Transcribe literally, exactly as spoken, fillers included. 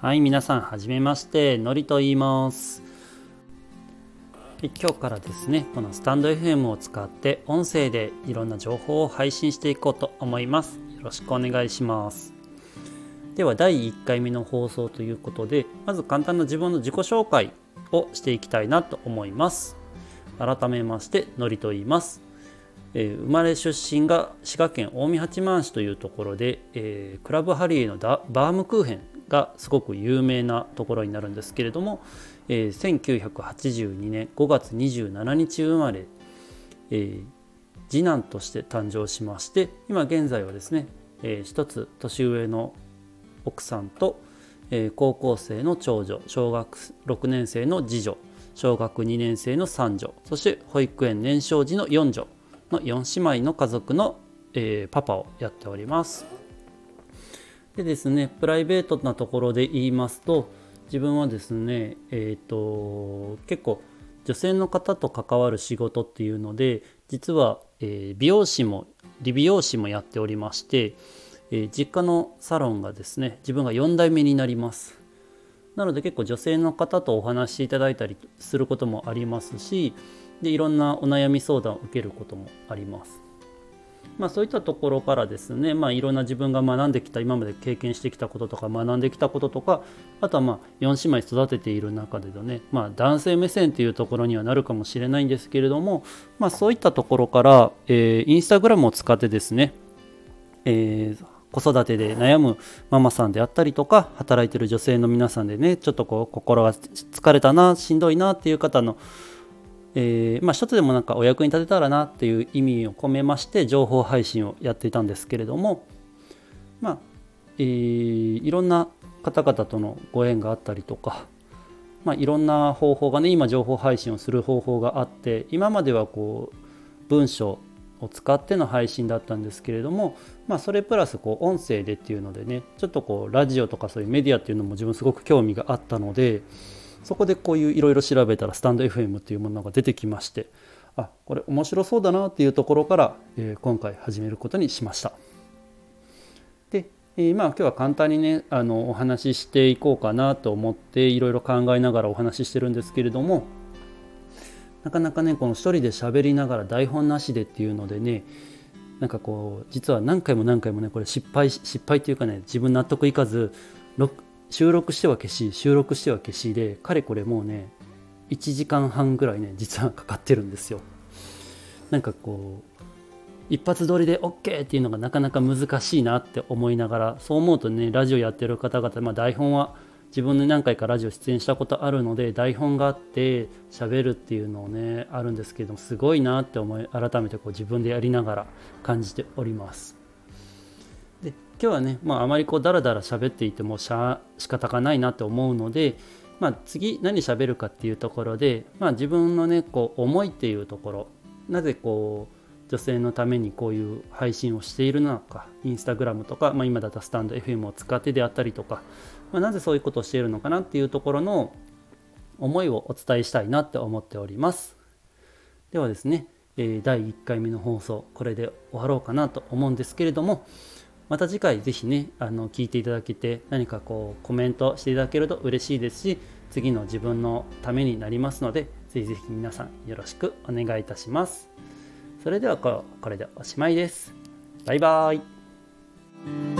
はい、皆さんはじめまして、のりと言います。今日からですね、このスタンド エフエム を使って音声でいろんな情報を配信していこうと思います。よろしくお願いします。ではだいいっかいめの放送ということで、まず簡単な自分の自己紹介をしていきたいなと思います。改めまして、のりと言います。えー、生まれ出身が滋賀県近江八幡市というところで、えー、クラブハリエのバームクーヘンがすごく有名なところになるんですけれども、えー、せんきゅうひゃくはちじゅうにねんごがつにじゅうしちにち生まれ、えー、次男として誕生しまして、今現在はですね、えー、一つ年上の奥さんと、えー、高校生の長女、小学ろくねんせいの次女、小学にねんせいの三女、そして保育園年少児の四女のよん姉妹の家族の、えー、パパをやっております。でですね、プライベートなところで言いますと、自分はですね、えーと、結構女性の方と関わる仕事っていうので、実は、えー、美容師も理美容師もやっておりまして、えー、実家のサロンがですね、自分がよんだいめになります。なので結構女性の方とお話しいただいたりすることもありますし、でいろんなお悩み相談を受けることもあります。まあ、そういったところからですね、まあ、いろんな自分が学んできた、今まで経験してきたこととか学んできたこととか、あとはまあよん姉妹育てている中でのね、まあ、男性目線というところにはなるかもしれないんですけれども、まあ、そういったところから、えー、インスタグラムを使ってですね、えー子育てで悩むママさんであったりとか、働いている女性の皆さんでね、ちょっとこう心が疲れたな、しんどいなっていう方の、えーまあ、一つでもなんかお役に立てたらなっていう意味を込めまして情報配信をやっていたんですけれども、まあえー、いろんな方々とのご縁があったりとか、まあ、いろんな方法がね、今情報配信をする方法があって、今まではこう文章を使っての配信だったんですけれども、まあ、それプラスこう音声でっていうのでね、ちょっとこうラジオとかそういうメディアっていうのも自分すごく興味があったので、そこでこういういろいろ調べたらスタンド エフエム っていうものが出てきまして、あ、これ面白そうだなっていうところから、えー、今回始めることにしました。で、えー、まあ今日は簡単にね、あのお話ししていこうかなと思っていろいろ考えながらお話ししてるんですけれども、なかなかねこの一人で喋りながら台本なしでっていうのでね、なんかこう実は何回も何回もねこれ失敗失敗っていうかね、自分納得いかず収録しては消し収録しては消しで、かれこれもうねいちじかんはんぐらいね実はかかってるんですよ。なんかこう一発撮りで OK っていうのがなかなか難しいなって思いながら、そう思うとね、ラジオやってる方々、まあ、台本は自分で何回かラジオ出演したことあるので台本があって喋るっていうのをねあるんですけども、すごいなって思い改めてこう自分でやりながら感じております。で今日はね、まあ、あまりこうダラダラ喋っていてもしゃ仕方がないなって思うので、まあ、次何喋るかっていうところで、まあ、自分のねこう思いっていうところ、なぜこう女性のためにこういう配信をしているのか、インスタグラムとか、まあ、今だったらスタンド エフエム を使ってであったりとか、まあ、なぜそういうことをしているのかなっていうところの思いをお伝えしたいなって思っております。ではですね、だいいっかいめの放送これで終わろうかなと思うんですけれども、また次回ぜひねあの聞いていただけて、何かこうコメントしていただけると嬉しいですし、次の自分のためになりますので、ぜひぜひ皆さんよろしくお願いいたします。それではこれでおしまいです。バイバイ。